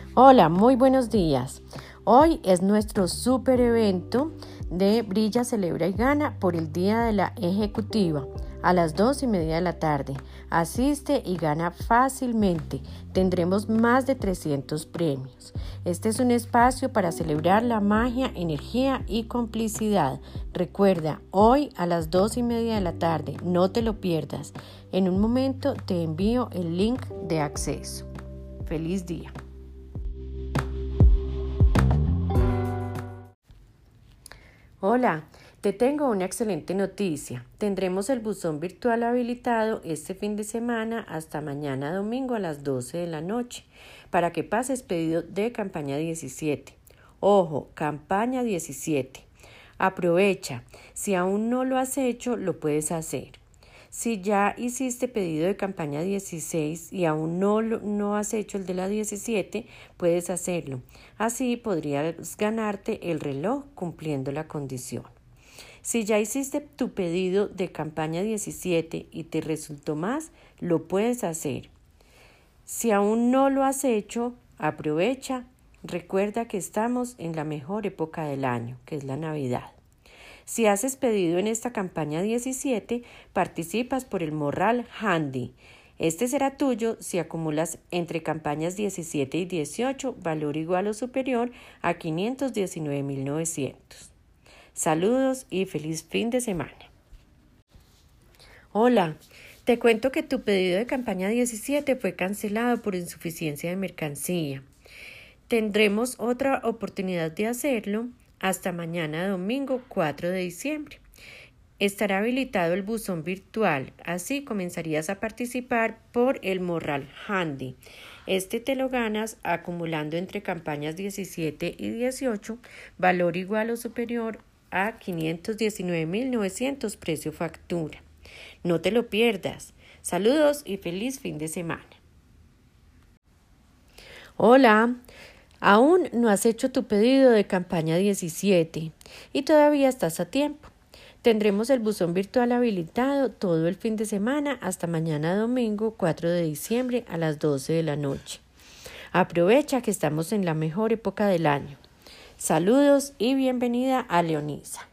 Hola, muy buenos días. Hoy es nuestro super evento de Brilla, Celebra y Gana por el Día de la Ejecutiva a las 2:30 de la tarde. Asiste y gana fácilmente. Tendremos más de 300 premios. Este es un espacio para celebrar la magia, energía y complicidad. Recuerda, hoy a las 2:30 de la tarde, no te lo pierdas. En un momento te envío el link de acceso. Feliz día. Hola, te tengo una excelente noticia. Tendremos el buzón virtual habilitado este fin de semana hasta mañana domingo a las 12 de la noche para que pases pedido de campaña 17. Ojo, campaña 17. Aprovecha. Si aún no lo has hecho, lo puedes hacer. Si ya hiciste pedido de campaña 16 y aún no has hecho el de la 17, puedes hacerlo. Así podrías ganarte el reloj cumpliendo la condición. Si ya hiciste tu pedido de campaña 17 y te resultó más, lo puedes hacer. Si aún no lo has hecho, aprovecha. Recuerda que estamos en la mejor época del año, que es la Navidad. Si haces pedido en esta campaña 17, participas por el Morral Handy. Este será tuyo si acumulas entre campañas 17 y 18 valor igual o superior a 519.900. Saludos y feliz fin de semana. Hola, te cuento que tu pedido de campaña 17 fue cancelado por insuficiencia de mercancía. Tendremos otra oportunidad de hacerlo hasta mañana domingo 4 de diciembre. Estará habilitado el buzón virtual, así comenzarías a participar por el Morral Handy. Este te lo ganas acumulando entre campañas 17 y 18, valor igual o superior a 519.900 precio factura. No te lo pierdas. Saludos y feliz fin de semana. Hola. Aún no has hecho tu pedido de campaña 17 y todavía estás a tiempo. Tendremos el buzón virtual habilitado todo el fin de semana hasta mañana domingo 4 de diciembre a las 12 de la noche. Aprovecha que estamos en la mejor época del año. Saludos y bienvenida a Leonisa.